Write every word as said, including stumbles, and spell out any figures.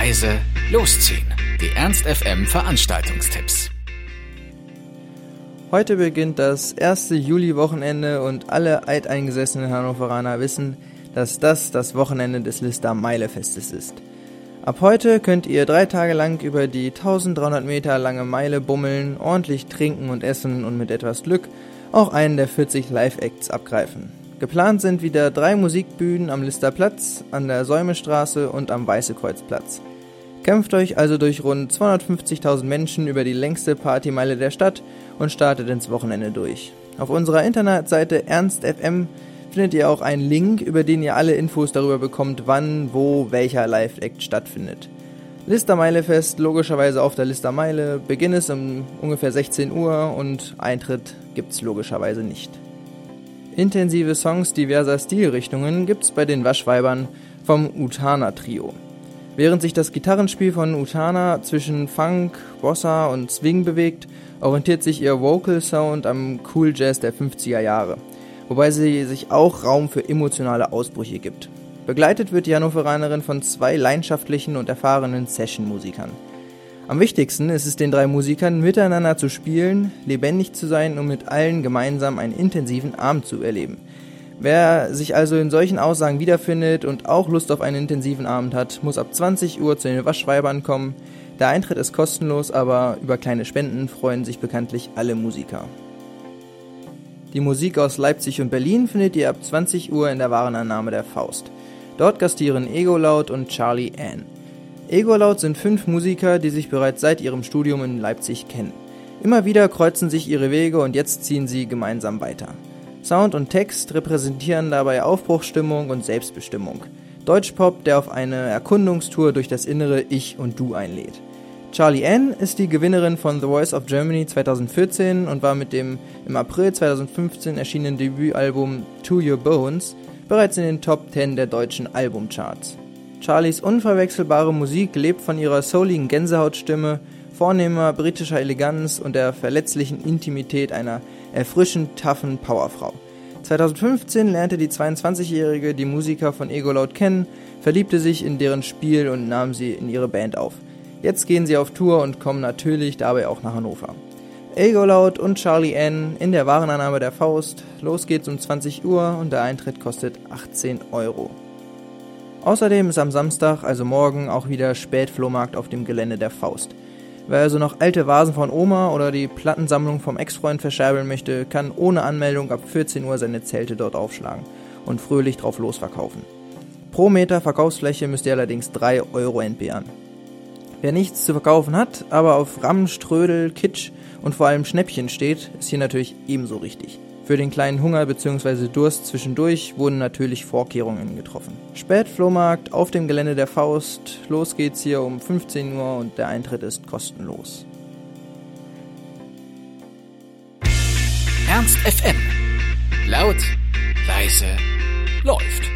leise, losziehen. Die Ernst F M Veranstaltungstipps. Heute beginnt das erste Juli-Wochenende und alle alteingesessenen Hannoveraner wissen, dass das das Wochenende des Lister-Meile-Festes ist. Ab heute könnt ihr drei Tage lang über die dreizehnhundert Meter lange Meile bummeln, ordentlich trinken und essen und mit etwas Glück auch einen der vierzig Live-Acts abgreifen. Geplant sind wieder drei Musikbühnen am Listerplatz, an der Säumestraße und am Weißekreuzplatz. Kämpft euch also durch rund zweihundertfünfzigtausend Menschen über die längste Partymeile der Stadt und startet ins Wochenende durch. Auf unserer Internetseite Ernst F M findet ihr auch einen Link, über den ihr alle Infos darüber bekommt, wann, wo, welcher Live-Act stattfindet. Listermeilefest logischerweise auf der Listermeile, Beginn ist um ungefähr sechzehn Uhr und Eintritt gibt's logischerweise nicht. Intensive Songs diverser Stilrichtungen gibt's bei den Waschweibern vom Utana Trio. Während sich das Gitarrenspiel von Utana zwischen Funk, Bossa und Swing bewegt, orientiert sich ihr Vocal Sound am Cool Jazz der fünfziger Jahre, wobei sie sich auch Raum für emotionale Ausbrüche gibt. Begleitet wird die Hannoveranerin von zwei leidenschaftlichen und erfahrenen Session-Musikern. Am wichtigsten ist es den drei Musikern, miteinander zu spielen, lebendig zu sein und mit allen gemeinsam einen intensiven Abend zu erleben. Wer sich also in solchen Aussagen wiederfindet und auch Lust auf einen intensiven Abend hat, muss ab zwanzig Uhr zu den Waschweibern kommen. Der Eintritt ist kostenlos, aber über kleine Spenden freuen sich bekanntlich alle Musiker. Die Musik aus Leipzig und Berlin findet ihr ab zwanzig Uhr in der Warenannahme der Faust. Dort gastieren Egolaut und Charlie Ann. Egolaut sind fünf Musiker, die sich bereits seit ihrem Studium in Leipzig kennen. Immer wieder kreuzen sich ihre Wege und jetzt ziehen sie gemeinsam weiter. Sound und Text repräsentieren dabei Aufbruchsstimmung und Selbstbestimmung. Deutschpop, der auf eine Erkundungstour durch das innere Ich und Du einlädt. Charlie Ann ist die Gewinnerin von The Voice of Germany zweitausendvierzehn und war mit dem im April zweitausendfünfzehn erschienenen Debütalbum To Your Bones bereits in den Top zehn der deutschen Albumcharts. Charlies unverwechselbare Musik lebt von ihrer souligen Gänsehautstimme, vornehmer britischer Eleganz und der verletzlichen Intimität einer erfrischend toughen Powerfrau. zweitausendfünfzehn lernte die zweiundzwanzigjährige die Musiker von Egolaut kennen, verliebte sich in deren Spiel und nahm sie in ihre Band auf. Jetzt gehen sie auf Tour und kommen natürlich dabei auch nach Hannover. Egolaut und Charlie Ann in der Warenannahme der Faust. Los geht's um zwanzig Uhr und der Eintritt kostet achtzehn Euro. Außerdem ist am Samstag, also morgen, auch wieder Spätflohmarkt auf dem Gelände der Faust. Wer also noch alte Vasen von Oma oder die Plattensammlung vom Ex-Freund verscherbeln möchte, kann ohne Anmeldung ab vierzehn Uhr seine Zelte dort aufschlagen und fröhlich drauf losverkaufen. Pro Meter Verkaufsfläche müsst ihr allerdings drei Euro entbehren. Wer nichts zu verkaufen hat, aber auf Ramsch, Trödel, Kitsch und vor allem Schnäppchen steht, ist hier natürlich ebenso richtig. Für den kleinen Hunger bzw. Durst zwischendurch wurden natürlich Vorkehrungen getroffen. Spätflohmarkt auf dem Gelände der Faust. Los geht's hier um fünfzehn Uhr und der Eintritt ist kostenlos. Ernst F M. Laut, leise, läuft.